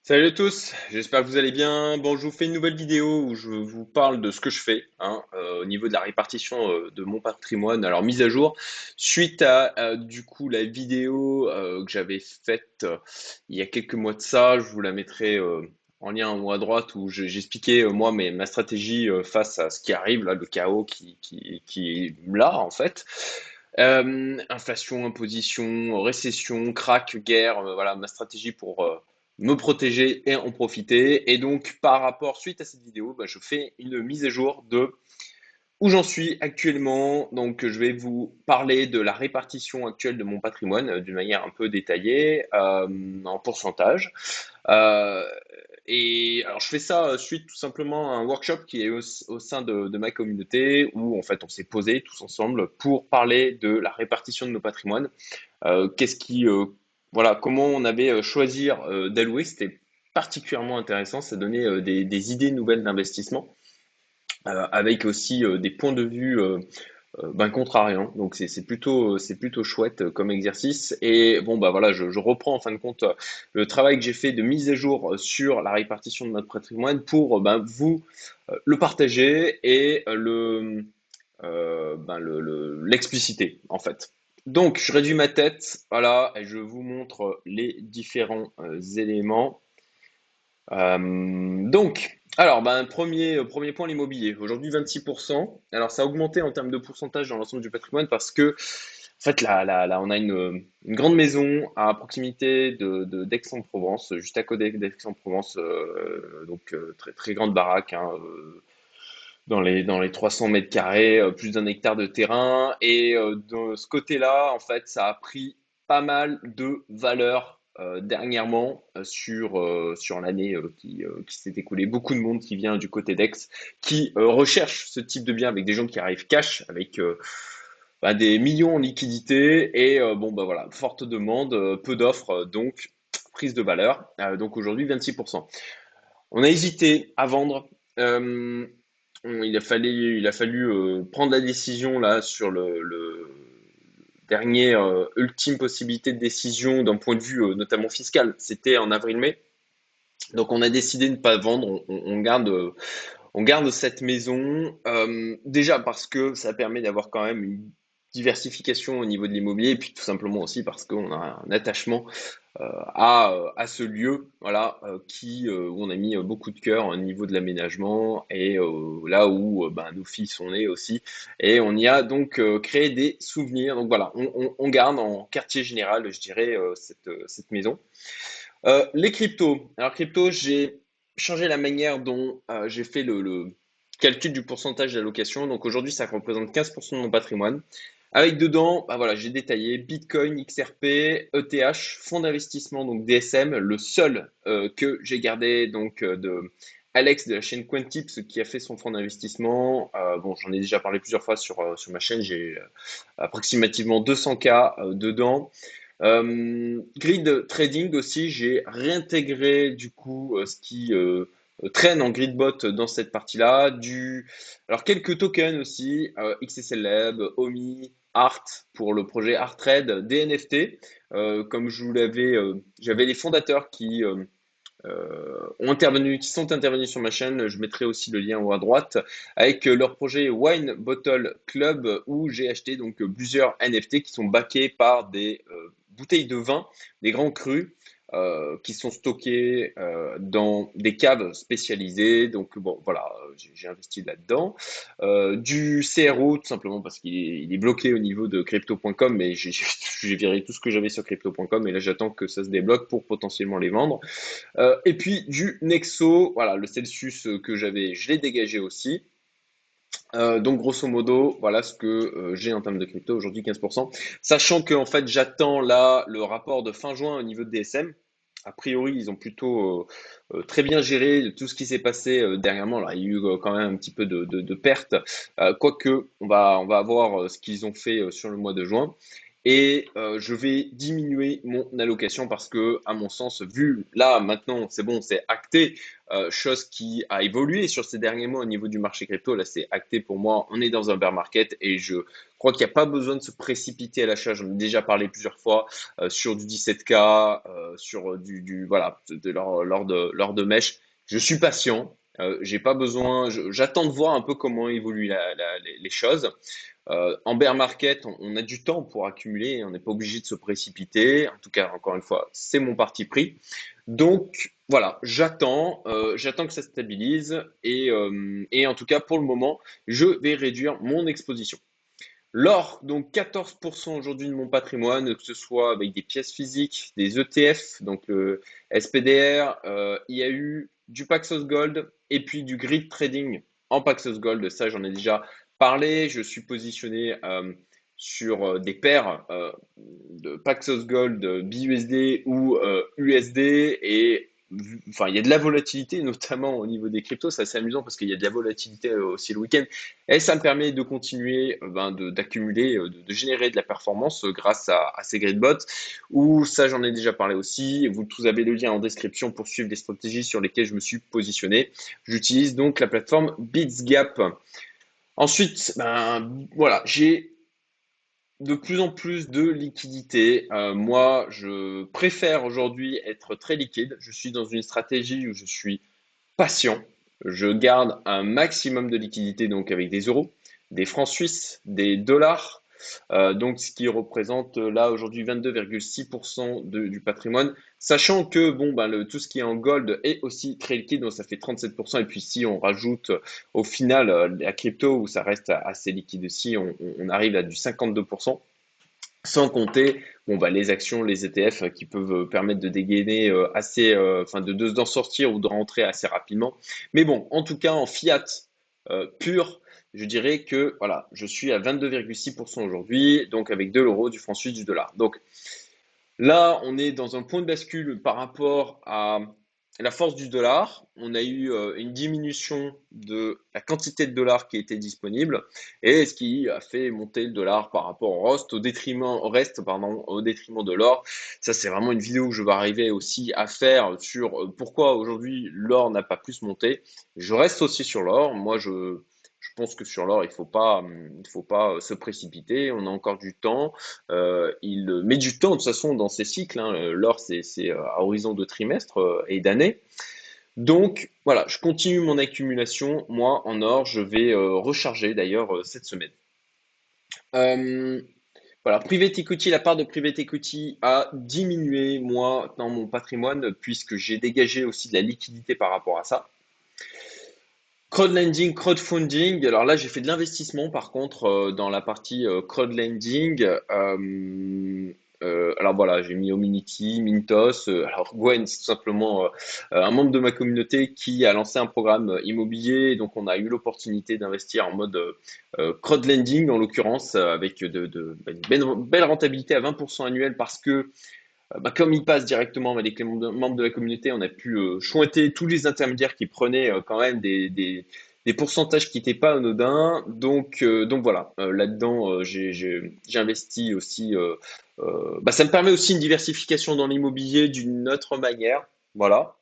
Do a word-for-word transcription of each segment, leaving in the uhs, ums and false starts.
Salut à tous, j'espère que vous allez bien. Bon, je vous fais une nouvelle vidéo où je vous parle de ce que je fais hein, euh, au niveau de la répartition euh, de mon patrimoine. Alors, mise à jour, suite à euh, du coup la vidéo euh, que j'avais faite euh, il y a quelques mois de ça, je vous la mettrai euh, en lien en haut à droite où je- j'expliquais euh, moi mes, ma stratégie euh, face à ce qui arrive, là, le chaos qui, qui, qui est là en fait. Euh, inflation, imposition, récession, crack, guerre, euh, voilà ma stratégie pour euh, me protéger et en profiter. Et donc, par rapport, suite à cette vidéo, bah, je fais une mise à jour de où j'en suis actuellement. Donc, je vais vous parler de la répartition actuelle de mon patrimoine euh, d'une manière un peu détaillée, euh, en pourcentage. Euh, et alors, je fais ça euh, suite tout simplement à un workshop qui est au, au sein de, de ma communauté où en fait on s'est posé tous ensemble pour parler de la répartition de nos patrimoines. Euh, qu'est-ce qui, euh, voilà, comment on avait euh, choisir euh, d'allouer, c'était particulièrement intéressant. Ça donnait euh, des, des idées nouvelles d'investissement, euh, avec aussi euh, des points de vue euh, euh, ben, contrariants. Donc c'est c'est plutôt, c'est plutôt chouette euh, comme exercice. Et bon, bah voilà, je, je reprends en fin de compte euh, le travail que j'ai fait de mise à jour euh, sur la répartition de notre patrimoine pour euh, ben, vous euh, le partager et euh, le, euh, ben, le, le- l'expliciter en fait. Donc, je réduis ma tête, voilà, et je vous montre les différents euh, éléments. Euh, donc, alors, ben, premier, euh, premier point, l'immobilier. Aujourd'hui, vingt-six pour cent. Alors, ça a augmenté en termes de pourcentage dans l'ensemble du patrimoine parce que, en fait, là, là, là on a une, une grande maison à proximité de, de- d'Aix-en-Provence, juste à côté d'Aix-en-Provence, euh, donc euh, très, très grande baraque, hein, euh, dans les, dans les trois cents mètres carrés, euh, plus d'un hectare de terrain. Et euh, de ce côté-là, en fait, ça a pris pas mal de valeur euh, dernièrement euh, sur, euh, sur l'année euh, qui, euh, qui s'est écoulée. Beaucoup de monde qui vient du côté d'Aix, qui euh, recherche ce type de bien avec des gens qui arrivent cash, avec euh, bah, des millions en liquidité. Et euh, bon, bah voilà, forte demande, euh, peu d'offres, euh, donc prise de valeur. Euh, donc aujourd'hui, vingt-six pour cent. On a hésité à vendre. Euh, on- il a fallu, il a fallu euh, prendre la décision là sur le, le dernier euh, ultime possibilité de décision d'un point de vue euh, notamment fiscal. C'était en avril-mai. Donc on a décidé de ne pas vendre. On, on- on garde, euh, on garde cette maison, euh, déjà parce que ça permet d'avoir quand même une diversification au niveau de l'immobilier, et puis tout simplement aussi parce qu'on a un attachement euh, à, euh, à ce lieu, voilà, euh, qui, euh, où on a mis euh, beaucoup de cœur au niveau de l'aménagement et euh, là où euh, ben, nos filles sont nées aussi. Et on y a donc euh, créé des souvenirs. Donc voilà, on, on- on garde en quartier général, je dirais, euh, cette, euh, cette maison. Euh, les cryptos. Alors, crypto, j'ai changé la manière dont euh, j'ai fait le, le calcul du pourcentage d'allocation. Donc aujourd'hui, ça représente quinze pour cent de mon patrimoine. Avec dedans, bah voilà, j'ai détaillé Bitcoin, X R P, E T H, fonds d'investissement, donc D S M, le seul euh, que j'ai gardé donc euh, de Alex de la chaîne Quantips qui a fait son fonds d'investissement. Euh, bon, j'en ai déjà parlé plusieurs fois sur, euh, sur ma chaîne, j'ai euh, approximativement deux cents K euh, dedans. Euh, grid trading aussi, j'ai réintégré du coup euh, ce qui euh, traîne en gridbot dans cette partie-là. Du... Alors quelques tokens aussi, euh, X S L Lab, Omi, Art pour le projet Art Trade, des N F T. Euh, comme je vous l'avais, euh, j'avais les fondateurs qui euh, euh, ont intervenu, qui sont intervenus sur ma chaîne. Je mettrai aussi le lien en haut à droite avec euh, leur projet Wine Bottle Club où j'ai acheté donc euh, plusieurs N F T qui sont backés par des euh, bouteilles de vin, des grands crus. Euh, qui sont stockés euh, dans des caves spécialisées. Donc bon, voilà, euh, j'ai j'ai investi là-dedans. Euh, du C R O, tout simplement parce qu'il est, il est bloqué au niveau de crypto point com, mais j'ai j'ai viré tout ce que j'avais sur crypto point com et là j'attends que ça se débloque pour potentiellement les vendre. Euh, et puis du Nexo, voilà, le Celsius euh, que j'avais, je l'ai dégagé aussi. Euh, donc grosso modo, voilà ce que euh, j'ai en termes de crypto aujourd'hui, quinze pour cent. Sachant que en fait, j'attends là le rapport de fin juin au niveau de D S M. A priori, ils ont plutôt euh, euh, très bien géré tout ce qui s'est passé euh, dernièrement. Alors, il y a eu euh, quand même un petit peu de, de, de pertes, euh, quoique on va, on va voir euh, ce qu'ils ont fait euh, sur le mois de juin. et euh, je vais diminuer mon allocation parce que, à mon sens, vu là maintenant, c'est bon, c'est acté, euh, chose qui a évolué sur ces derniers mois au niveau du marché crypto. Là, c'est acté pour moi. On est dans un bear market et je crois qu'il n'y a pas besoin de se précipiter à l'achat. J'en ai déjà parlé plusieurs fois euh, sur du dix-sept K, euh, sur du, du voilà, de, lors, lors de lors de mèche. Je suis patient. Euh, j'ai pas besoin. je- J'attends de voir un peu comment évoluent la- la- les les choses. Euh, en bear market, on, on a du temps pour accumuler, on n'est pas obligé de se précipiter. En tout cas, encore une fois, c'est mon parti pris. Donc voilà, j'attends, euh, j'attends que ça se stabilise et, euh, et en tout cas pour le moment, je vais réduire mon exposition. L'or, donc quatorze pour cent aujourd'hui de mon patrimoine, que ce soit avec des pièces physiques, des E T F, donc le S P D R, euh, I A U, du Paxos Gold et puis du grid trading en Paxos Gold. Ça, j'en ai déjà parlé. Je suis positionné euh, sur euh, des paires euh, de Paxos Gold, B U S D ou euh, U S D et vu- enfin, il y a de la volatilité, notamment au niveau des cryptos. C'est assez amusant parce qu'il y a de la volatilité euh, aussi le week-end. Et ça me permet de continuer, euh, ben, de- d'accumuler, euh, de, de générer de la performance euh, grâce à, à ces gridbots. Ou ça, j'en ai déjà parlé aussi. Vous tous avez le lien en description pour suivre les stratégies sur lesquelles je me suis positionné. J'utilise donc la plateforme BitsGap. Ensuite, ben voilà, j'ai de plus en plus de liquidité. Euh, moi, je préfère aujourd'hui être très liquide. Je suis dans une stratégie où je suis patient. Je garde un maximum de liquidité donc avec des euros, des francs suisses, des dollars, euh, donc ce qui représente euh, là aujourd'hui vingt-deux virgule six pour cent de- du patrimoine, sachant que bon ben le, tout ce qui est en gold est aussi très liquide, donc ça fait trente-sept pour cent. Et puis si on rajoute euh, au final euh, la crypto où ça reste assez liquide aussi, on, on- on arrive à du cinquante-deux pour cent. Sans compter bon, bah, les actions, les E T F euh, qui peuvent euh, permettre de dégainer euh, assez, euh, enfin de, de- d'en sortir ou de rentrer assez rapidement. Mais bon, en tout cas, en fiat euh, pur, je dirais que voilà, je suis à vingt-deux virgule six pour cent aujourd'hui, donc avec de l'euro, du franc suisse, du dollar. Donc là, on est dans un point de bascule par rapport à la force du dollar. On a eu euh, une diminution de la quantité de dollars qui était disponible et ce qui a fait monter le dollar par rapport au reste, au détriment, au reste, pardon, au détriment de l'or. Ça, c'est vraiment une vidéo que je vais arriver aussi à faire sur euh, pourquoi aujourd'hui l'or n'a pas plus monté. Je reste aussi sur l'or. Moi, je, je pense que sur l'or, il faut pas, hum, il faut pas se précipiter. On a encore du temps. Euh, il met du temps de toute façon dans ces cycles, hein. Euh, L'or, c'est c'est, euh, à horizon de trimestre euh, et d'année. Donc voilà, je continue mon accumulation. Moi, en or, je vais euh, recharger d'ailleurs euh, cette semaine. Euh, voilà, private equity, la part de private equity a diminué, moi, dans mon patrimoine, puisque j'ai dégagé aussi de la liquidité par rapport à ça. Crowdlending, crowdfunding. Alors là, j'ai fait de l'investissement par contre euh, dans la partie euh, crowdlending. Euh, euh, alors voilà, j'ai mis Hominity, Mintos. Euh, alors Gwen, c'est tout simplement euh, euh, un membre de ma communauté qui a lancé un programme immobilier. Donc on a eu l'opportunité d'investir en mode euh, euh, crowdlending en l'occurrence, euh, avec de, de- bah, une belle, belle rentabilité à vingt pour cent annuel parce que euh, bah, comme il passe directement avec les membres de, membres de la communauté, on a pu euh, chouetter tous les intermédiaires qui prenaient euh, quand même des, des, des pourcentages qui n'étaient pas anodins. Donc, euh, donc voilà, euh, là-dedans, euh, j'ai, j'ai, j'ai investi aussi. Euh, euh, bah, ça me permet aussi une diversification dans l'immobilier d'une autre manière. Voilà.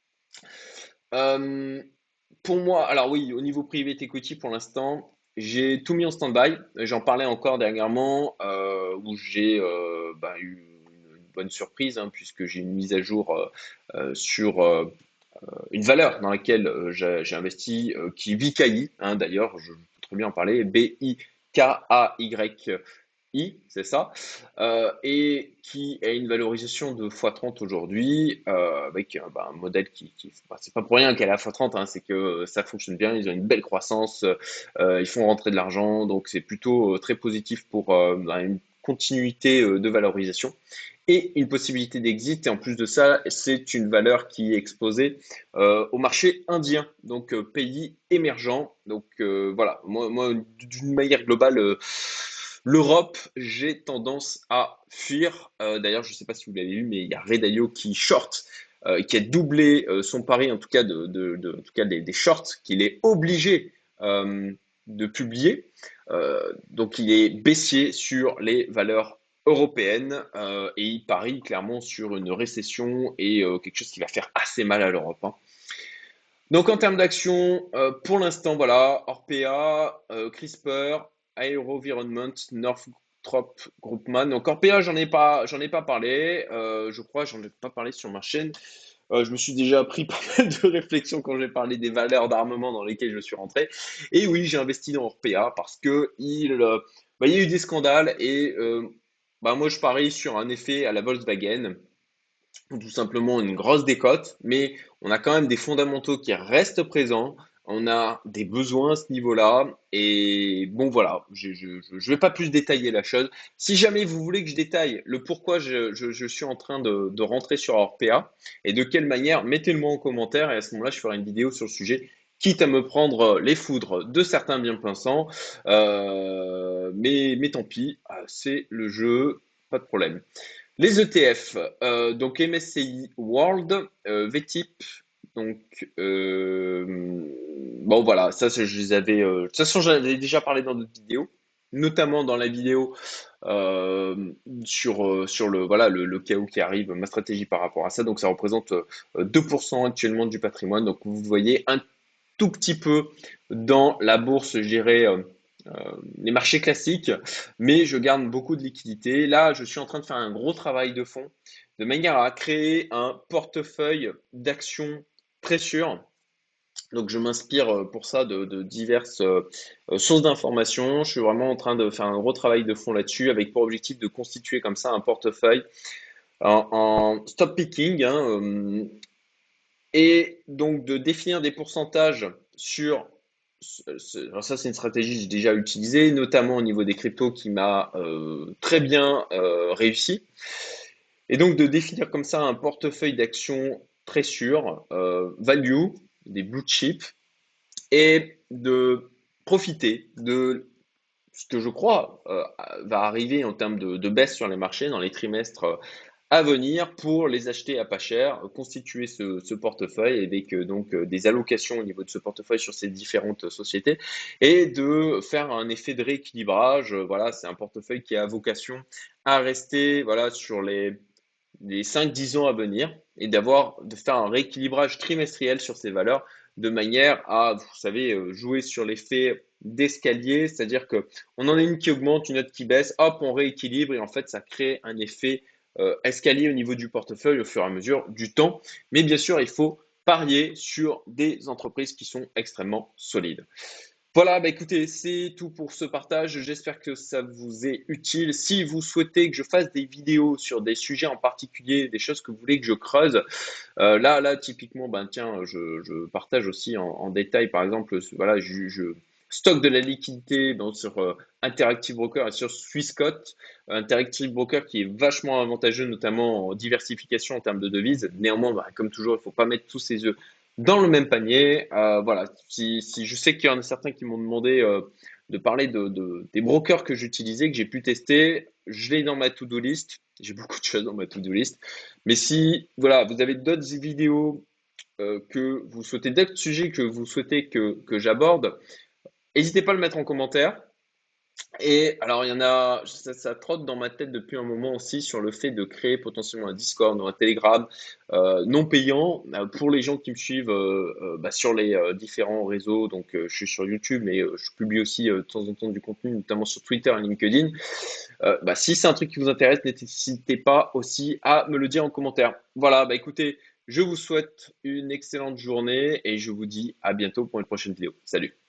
Euh, pour moi, alors oui, au niveau private equity, pour l'instant, j'ai tout mis en stand-by. J'en parlais encore dernièrement, euh, où j'ai euh, bah, eu une bonne surprise, hein, puisque j'ai une mise à jour euh, euh, sur euh, une valeur dans laquelle euh, j'ai j'ai investi, euh, qui est Vicaï, hein, d'ailleurs, je peux très bien en parler, B I K A Y I, c'est ça, euh, et qui a une valorisation de fois trente aujourd'hui, euh, avec euh, bah, un modèle qui, qui bah, c'est pas pour rien qu'elle est à fois trente, hein, c'est que euh, ça fonctionne bien, ils ont une belle croissance, euh, ils font rentrer de l'argent, donc c'est plutôt euh, très positif pour euh, bah, une continuité euh, de valorisation et une possibilité d'exit. Et en plus de ça, c'est une valeur qui est exposée euh, au marché indien, donc euh, pays émergent. Donc euh, voilà, moi, moi d'une manière globale, euh, l'Europe, j'ai tendance à fuir. Euh, D'ailleurs, je ne sais pas si vous l'avez vu, mais il y a Ray Dalio qui short, euh, qui a doublé euh, son pari, en tout cas, de, de, de- en tout cas des, des shorts qu'il est obligé euh, de publier. Euh, donc, il est baissier sur les valeurs européenne euh, et il parie clairement sur une récession et euh, quelque chose qui va faire assez mal à l'Europe, hein. Donc en termes d'action, euh, pour l'instant, voilà, Orpea, euh, CRISPR, AeroVironment, Northrop Grumman. Donc Orpea, j'en ai pas, j'en ai pas parlé. Euh, je crois, j'en ai pas parlé sur ma chaîne. Euh, je me suis déjà pris pas mal de réflexions quand j'ai parlé des valeurs d'armement dans lesquelles je suis rentré. Et oui, j'ai investi dans Orpea parce que il, euh, bah, il y a eu des scandales et euh, bah, moi je parie sur un effet à la Volkswagen ou tout simplement une grosse décote, mais on a quand même des fondamentaux qui restent présents. On a des besoins à ce niveau-là. Et bon, voilà, je ne vais pas plus détailler la chose. Si jamais vous voulez que je détaille le pourquoi je, je- je suis en train de, de rentrer sur Orpea et de quelle manière, mettez-le-moi en commentaire et à ce moment-là, je ferai une vidéo sur le sujet, quitte à me prendre les foudres de certains bien-pensants. Euh, mais, mais tant pis, c'est le jeu, pas de problème. Les E T F, euh, donc M S C I World, euh, V T I P, donc euh, bon voilà, ça c'est- je les avais, euh, de toute façon j'avais déjà parlé dans d'autres vidéos, notamment dans la vidéo euh, sur, euh, sur le, voilà, le, le chaos qui arrive, ma stratégie par rapport à ça, donc ça représente euh, deux pour cent actuellement du patrimoine, donc vous voyez un tout petit peu dans la bourse, je dirais, euh, euh, les marchés classiques, mais je garde beaucoup de liquidités. Là, je suis en train de faire un gros travail de fond, de manière à créer un portefeuille d'actions très sûr. Donc, je m'inspire euh, pour ça de, de diverses euh, euh, sources d'informations. Je suis vraiment en train de faire un gros travail de fond là-dessus, avec pour objectif de constituer comme ça un portefeuille en, en stop picking, hein, euh, et donc de définir des pourcentages sur ce- ce- alors ça c'est une stratégie que j'ai déjà utilisée, notamment au niveau des cryptos qui m'a euh, très bien euh, réussi. Et donc de définir comme ça un portefeuille d'actions très sûr, euh, value, des blue chips, et de profiter de ce que je crois euh, va arriver en termes de, de baisse sur les marchés dans les trimestres euh, à venir pour les acheter à pas cher, euh, constituer ce, ce portefeuille avec euh, donc euh, des allocations au niveau de ce portefeuille sur ces différentes sociétés et de faire un effet de rééquilibrage. Euh, Voilà, c'est un portefeuille qui a vocation à rester voilà sur les les cinq dix ans à venir et d'avoir de faire un rééquilibrage trimestriel sur ces valeurs de manière à, vous savez, euh, jouer sur l'effet d'escalier, c'est-à-dire que on en a une qui augmente, une autre qui baisse, hop, on rééquilibre et en fait ça crée un effet euh, escalier au niveau du portefeuille au fur et à mesure du temps. Mais bien sûr, il faut parier sur des entreprises qui sont extrêmement solides. Voilà, bah écoutez, c'est tout pour ce partage. J'espère que ça vous est utile. Si vous souhaitez que je fasse des vidéos sur des sujets en particulier, des choses que vous voulez que je creuse, euh, là, là, typiquement, ben tiens, je, je partage aussi en, en détail, par exemple, ce- voilà, je, je stocke de la liquidité dans- sur euh, Interactive Broker et sur Swissquote. Interactive Broker qui est vachement avantageux, notamment en diversification en termes de devises. Néanmoins, bah, comme toujours, il ne faut pas mettre tous ses œufs dans le même panier. Euh, voilà, si, si je sais qu'il y en a certains qui m'ont demandé euh, de parler de, de- des brokers que j'utilisais, que j'ai pu tester, je l'ai dans ma to-do list. J'ai beaucoup de choses dans ma to-do list. Mais si voilà, vous avez d'autres vidéos euh, que vous souhaitez, d'autres sujets que vous souhaitez que, que j'aborde, n'hésitez pas à le mettre en commentaire. Et alors, il y en a, ça, ça trotte dans ma tête depuis un moment aussi sur le fait de créer potentiellement un Discord ou un Telegram euh, non payant euh, pour les gens qui me suivent euh, euh, bah, sur les euh, différents réseaux. Donc, euh, je suis sur YouTube, mais euh, je publie aussi euh, de temps en temps du contenu, notamment sur Twitter et LinkedIn. Euh, bah, si c'est un truc qui vous intéresse, n'hésitez pas aussi à me le dire en commentaire. Voilà, bah écoutez, je vous souhaite une excellente journée et je vous dis à bientôt pour une prochaine vidéo. Salut!